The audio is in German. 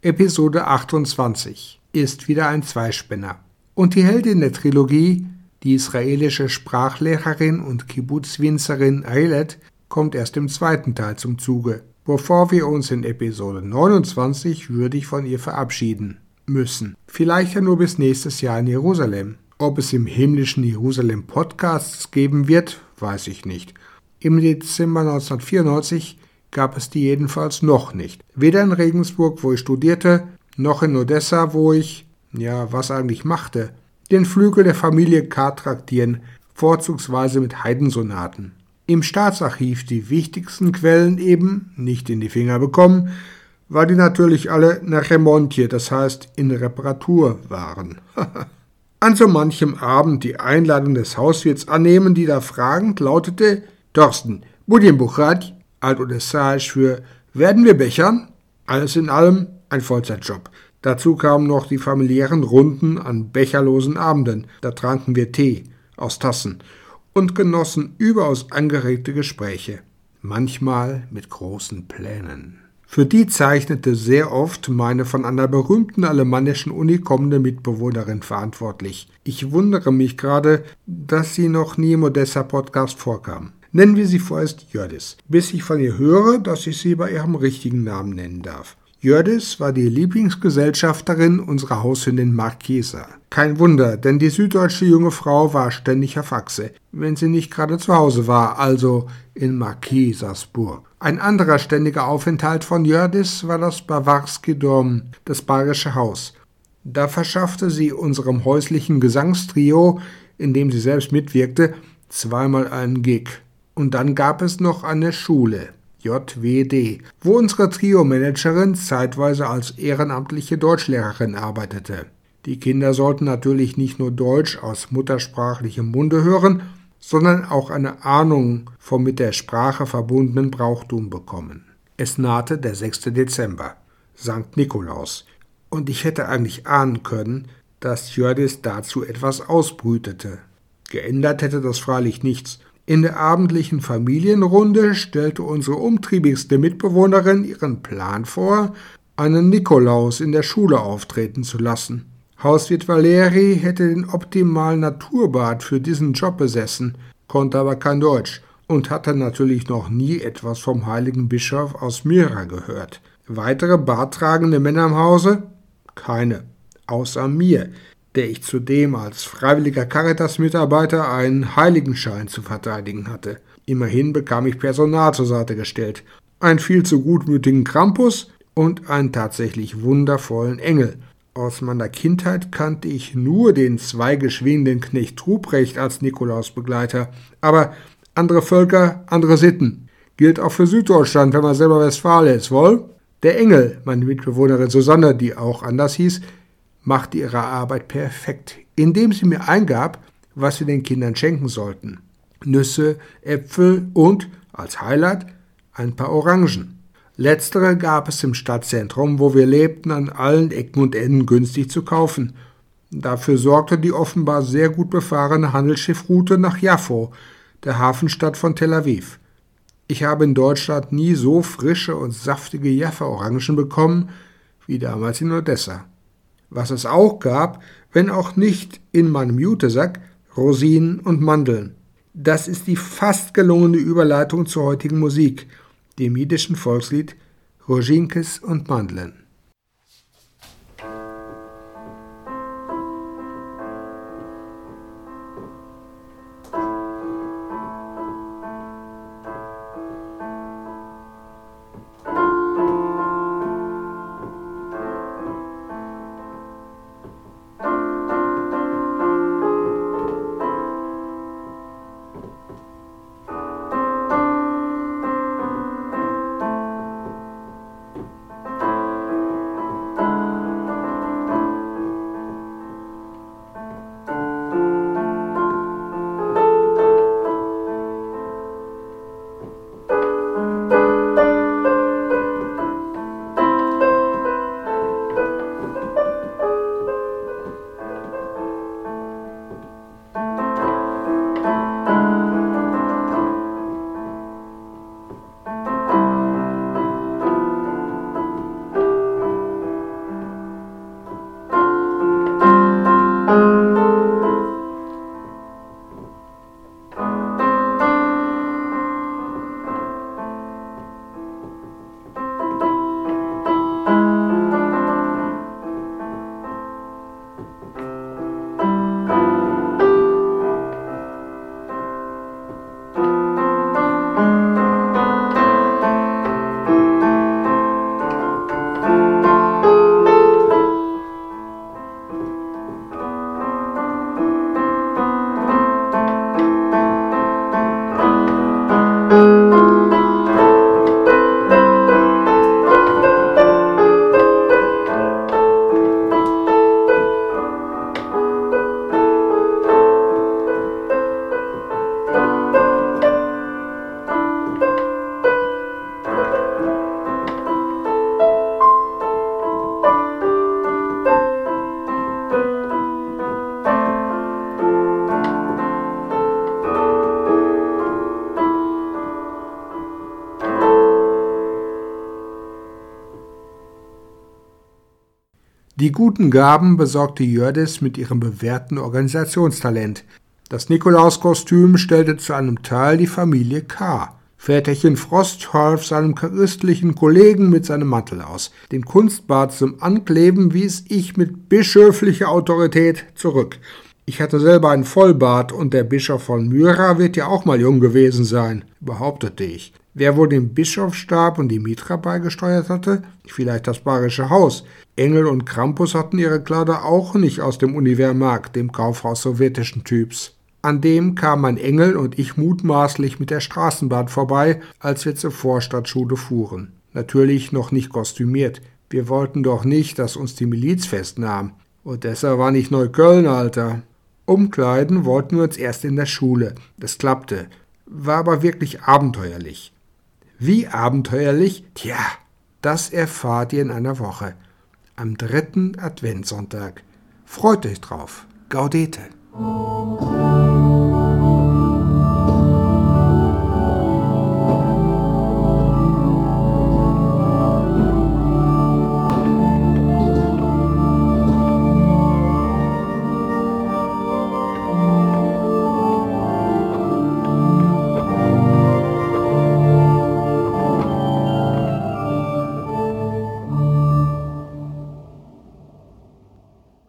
Episode 28 ist wieder ein Zweispänner. Und die Heldin der Trilogie, die israelische Sprachlehrerin und Kibbutz-Winzerin Ayelet, kommt erst im zweiten Teil zum Zuge, bevor wir uns in Episode 29 würdig von ihr verabschieden müssen. Vielleicht ja nur bis nächstes Jahr in Jerusalem. Ob es im himmlischen Jerusalem Podcasts geben wird, weiß ich nicht. Im Dezember 1994 gab es die jedenfalls noch nicht. Weder in Regensburg, wo ich studierte, noch in Odessa, wo ich, was eigentlich machte, den Flügel der Familie K. traktieren, vorzugsweise mit Haydn-Sonaten. Im Staatsarchiv die wichtigsten Quellen eben nicht in die Finger bekommen, weil die natürlich alle nach Remontier, das heißt in Reparatur waren. An so manchem Abend die Einladung des Hauswirts annehmen, die da fragend lautete: Thorsten, Budin Buchat, altodessaisch für werden wir bechern? Alles in allem ein Vollzeitjob. Dazu kamen noch die familiären Runden an becherlosen Abenden. Da tranken wir Tee aus Tassen und genossen überaus angeregte Gespräche, manchmal mit großen Plänen. Für die zeichnete sehr oft meine von einer berühmten alemannischen Uni kommende Mitbewohnerin verantwortlich. Ich wundere mich gerade, dass sie noch nie im Odessa-Podcast vorkam. Nennen wir sie vorerst Jördis, bis ich von ihr höre, dass ich sie bei ihrem richtigen Namen nennen darf. Jördis war die Lieblingsgesellschafterin unserer Haushündin Marchesa. Kein Wunder, denn die süddeutsche junge Frau war ständig auf Achse, wenn sie nicht gerade zu Hause war, also in Marchesas Burg. Ein anderer ständiger Aufenthalt von Jördis war das Bawarski Dom, das Bayerische Haus. Da verschaffte sie unserem häuslichen Gesangstrio, in dem sie selbst mitwirkte, zweimal einen Gig. Und dann gab es noch eine Schule, JWD, wo unsere Trio-Managerin zeitweise als ehrenamtliche Deutschlehrerin arbeitete. Die Kinder sollten natürlich nicht nur Deutsch aus muttersprachlichem Munde hören, sondern auch eine Ahnung vom mit der Sprache verbundenen Brauchtum bekommen. Es nahte der 6. Dezember, Sankt Nikolaus, und ich hätte eigentlich ahnen können, dass Jördis dazu etwas ausbrütete. Geändert hätte das freilich nichts. In der abendlichen Familienrunde stellte unsere umtriebigste Mitbewohnerin ihren Plan vor, einen Nikolaus in der Schule auftreten zu lassen. Hauswirt Valeri hätte den optimalen Naturbart für diesen Job besessen, konnte aber kein Deutsch und hatte natürlich noch nie etwas vom heiligen Bischof aus Myra gehört. Weitere barttragende Männer im Hause? Keine, außer mir, der ich zudem als freiwilliger Caritas-Mitarbeiter einen Heiligenschein zu verteidigen hatte. Immerhin bekam ich Personal zur Seite gestellt, einen viel zu gutmütigen Krampus und einen tatsächlich wundervollen Engel. Aus meiner Kindheit kannte ich nur den zweigeschwingenden Knecht Ruprecht als Nikolausbegleiter, aber andere Völker, andere Sitten. Gilt auch für Süddeutschland, wenn man selber Westfale ist, wohl? Der Engel, meine Mitbewohnerin Susanne, die auch anders hieß, machte ihre Arbeit perfekt, indem sie mir eingab, was wir den Kindern schenken sollten. Nüsse, Äpfel und, als Highlight, ein paar Orangen. Letztere gab es im Stadtzentrum, wo wir lebten, an allen Ecken und Enden günstig zu kaufen. Dafür sorgte die offenbar sehr gut befahrene Handelsschiffroute nach Jaffo, der Hafenstadt von Tel Aviv. Ich habe in Deutschland nie so frische und saftige Jaffa-Orangen bekommen wie damals in Odessa. Was es auch gab, wenn auch nicht in meinem Jutesack, Rosinen und Mandeln. Das ist die fast gelungene Überleitung zur heutigen Musik, dem jiddischen Volkslied Rozinkes und Mandeln. Die guten Gaben besorgte Jördis mit ihrem bewährten Organisationstalent. Das Nikolauskostüm stellte zu einem Teil die Familie K. Väterchen Frost half seinem christlichen Kollegen mit seinem Mantel aus. Den Kunstbart zum Ankleben wies ich mit bischöflicher Autorität zurück. Ich hatte selber einen Vollbart und der Bischof von Myra wird ja auch mal jung gewesen sein, behauptete ich. Wer wohl den Bischofsstab und die Mitra beigesteuert hatte? Vielleicht das Bayerische Haus. Engel und Krampus hatten ihre Kleider auch nicht aus dem Univermarkt, dem Kaufhaus sowjetischen Typs. An dem kam mein Engel und ich mutmaßlich mit der Straßenbahn vorbei, als wir zur Vorstadtschule fuhren. Natürlich noch nicht kostümiert. Wir wollten doch nicht, dass uns die Miliz festnahm. Odessa war nicht Neukölln, Alter. Umkleiden wollten wir uns erst in der Schule. Das klappte. War aber wirklich abenteuerlich. Wie abenteuerlich? Tja, das erfahrt ihr in einer Woche. Am 3. Adventssonntag. Freut euch drauf. Gaudete.